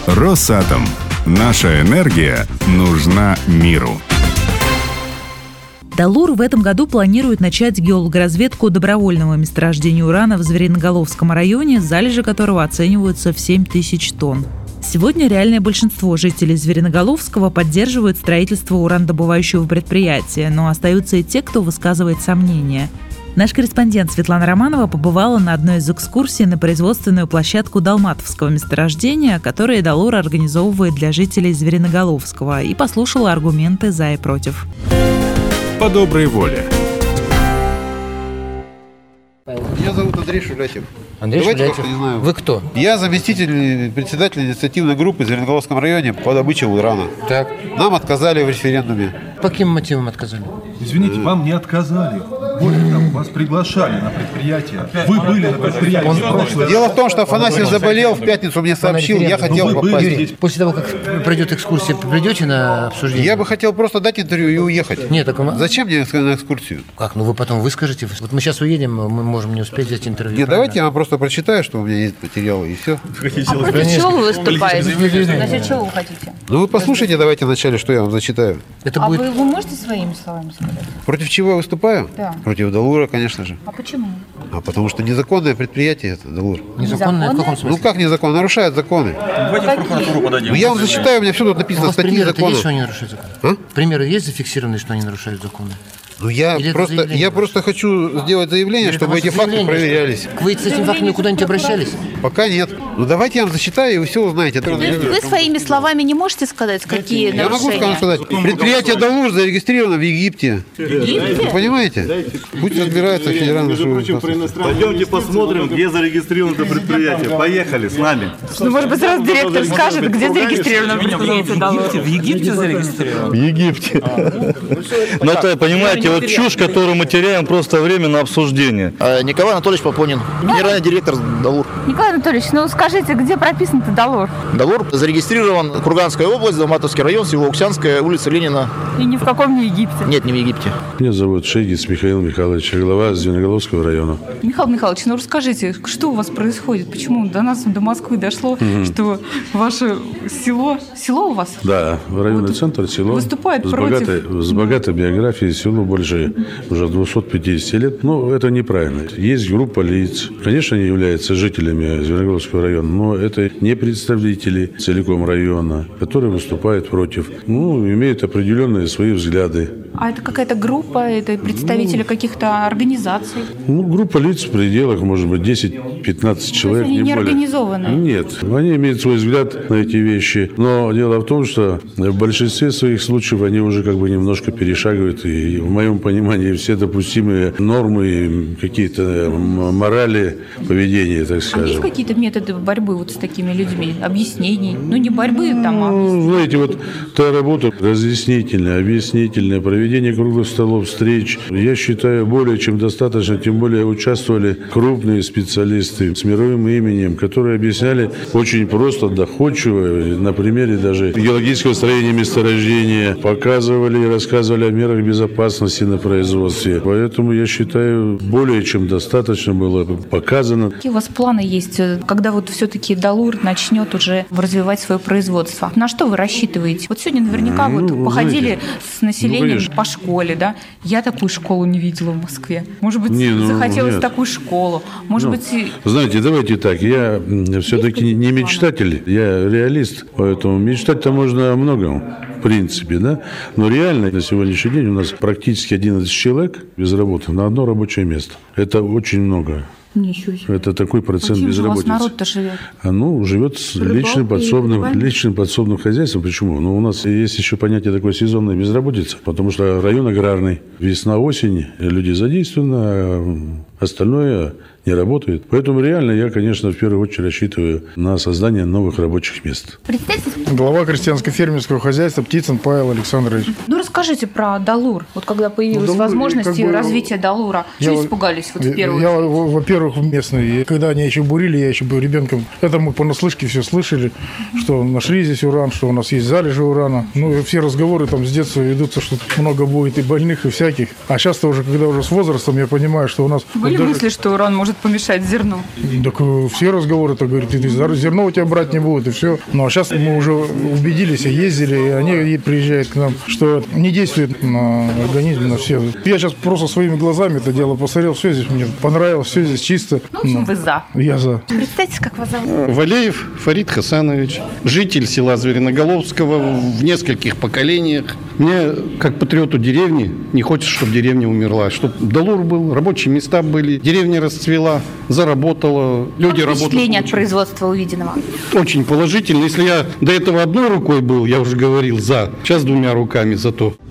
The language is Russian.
Росатом. Наша энергия нужна миру. Далур в этом году планирует начать геологоразведку добровольного месторождения урана в Звериноголовском районе, залежи которого оцениваются в 7 тысяч тонн. Сегодня реальное большинство жителей Звериноголовского поддерживают строительство урандобывающего предприятия, но остаются и те, кто высказывает сомнения. Наш корреспондент Светлана Романова побывала на одной из экскурсий на производственную площадку Долматовского месторождения, которое Далур организовывает для жителей Звериноголовского, и послушала аргументы за и против. По доброй воле. Меня зовут Андрей Шулятик. Андрей Шулятик. Вы кто? Я заместитель председателя инициативной группы в Звериноголовском районе по добыче урана. Так. Нам отказали в референдуме. По каким мотивам отказали? Извините, вам не отказали. Более того, вас приглашали на предприятие. Вы были на предприятии в прошлый Дело в том, что Афанасьев заболел, в пятницу мне сообщил, я хотел попасть. Юрий, после того, как пройдет экскурсия, придете на обсуждение? Я бы хотел просто дать интервью и уехать. Нет, так... Зачем мне на экскурсию? Как? Ну вы потом выскажете. Вот мы сейчас уедем, мы можем не успеть взять интервью. Нет, давайте я вам просто прочитаю, что у меня есть материалы, и все. Против чего вы выступаете? Значит, чего вы хотите? Ну вы послушайте давайте вначале, что я вам зачитаю. Это А будет... вы можете своими словами сказать? Против чего я выступаю? Да. Против Далура, конечно же. А почему? А потому что незаконное предприятие это Далур. Незаконное? В каком смысле? Ну как незаконно? Нарушает законы. Давайте в прокуратуру подадим. Ну я вам зачитаю, у меня все тут написано, У вас статьи примеры закона. есть, что они нарушают закон? А? Примеры есть зафиксированные, что они нарушают законы? Ну я Или просто хочу сделать заявление, Или чтобы это эти ваше факты заявление, проверялись. Вы с этим фактом куда-нибудь обращались? Пока нет. Ну давайте я вам зачитаю, и вы все узнаете. То есть вы своими словами не можете сказать, какие Я могу нарушения? сказать, предприятие Далур зарегистрировано в Египте. Вы понимаете? Пусть разбирается федеральный суд. Пойдемте посмотрим, где зарегистрировано это предприятие. Поехали с нами. Ну, может быть, сразу директор скажет, где зарегистрировано предприятие Далур. В Египте зарегистрировано? В Египте. Ну это, понимаете, вот чушь, которую мы теряем просто время на обсуждение. Николай Анатольевич Попонин, генеральный директор Далур. Николай Анатольевич, ну скажите, где прописан-то Далур? Далур зарегистрирован Курганская область, Долматовский район, село Уксянское, улица Ленина. И ни в каком не Египте. Нет, не в Египте. Меня зовут Шейгиц Михаил Михайлович, глава Звериноголовского района. Михаил Михайлович, ну расскажите, что у вас происходит? Почему до нас, до Москвы дошло, что ваше село у вас? Да, районный центр, село выступает с богатой биографией, село больше уже 250 лет. Но это неправильно. Есть группа лиц, конечно, они являются жителями Звериноголовского района, но это не представители целиком района, которые выступают против, имеют определенные свои взгляды. А это какая-то группа, это представители каких-то организаций? Группа лиц в пределах, может быть, 10-15 человек. Они не более. организованные? Нет, они имеют свой взгляд на эти вещи, но дело в том, что в большинстве своих случаев они уже немножко перешагивают, и в моем понимании все допустимые нормы, какие-то морали поведения, так скажем. А есть какие-то методы борьбы с такими людьми, объяснений? Не борьбы там, а... Знаете, та работа разъяснительная, объяснительная, проведение круглых столов, встреч, я считаю, более чем достаточно, тем более участвовали крупные специалисты с мировым именем, которые объясняли очень просто, доходчиво, на примере даже геологического строения месторождения, показывали и рассказывали о мерах безопасности на производстве. Поэтому, я считаю, более чем достаточно было показано. Какие у вас планы есть, когда все-таки Далур начнет уже развивать свое производство? На что вы рассчитываете? Сегодня наверняка походили с населением по школе, да? Я такую школу не видела в Москве. Может быть, захотелось такую школу. Может быть... Знаете, давайте так, я все-таки не мечтатель, я реалист, поэтому мечтать-то можно о многом. В принципе, да? Но реально на сегодняшний день у нас практически 11 человек без работы на одно рабочее место. Это очень много. Ничего себе. Это такой процент безработицы. У вас народ-то живет? Живет с личным подсобным хозяйством. Почему? У нас есть еще понятие такой сезонной безработицы, потому что район аграрный. Весна-осень, люди задействованы, а остальное не работает. Поэтому реально я, конечно, в первую очередь рассчитываю на создание новых рабочих мест. Глава крестьянско-фермерского хозяйства Птицын Павел Александрович. Расскажите про Далур. Когда появилась возможность развития Далура, что испугались в первую очередь? Во-первых, местные. Когда они еще бурили, я еще был ребенком. Это мы понаслышке все слышали, что нашли здесь уран, что у нас есть залежи урана. И все разговоры с детства ведутся, что много будет и больных, и всяких. А сейчас-то уже, когда уже с возрастом, я понимаю, что у нас Были даже- мысли, что уран может помешать зерну? Так все разговоры так говорят, зерно у тебя брать не будут, и все. Ну а сейчас мы уже убедились, и ездили, и они приезжают к нам, что не действует на организм, на все. Я сейчас просто своими глазами это дело посмотрел, все здесь мне понравилось, все здесь чисто. Ну, в общем, вы за. Я за. Представьте, как вас зовут? Валеев Фарид Хасанович, житель села Звериноголовского в нескольких поколениях. Мне, как патриоту деревни, не хочется, чтобы деревня умерла. Чтобы Далур был, рабочие места были, деревня расцвела, заработала, люди работают. Впечатление от производства увиденного? Очень положительно. Если я до этого одной рукой был, я уже говорил за, сейчас двумя руками за то.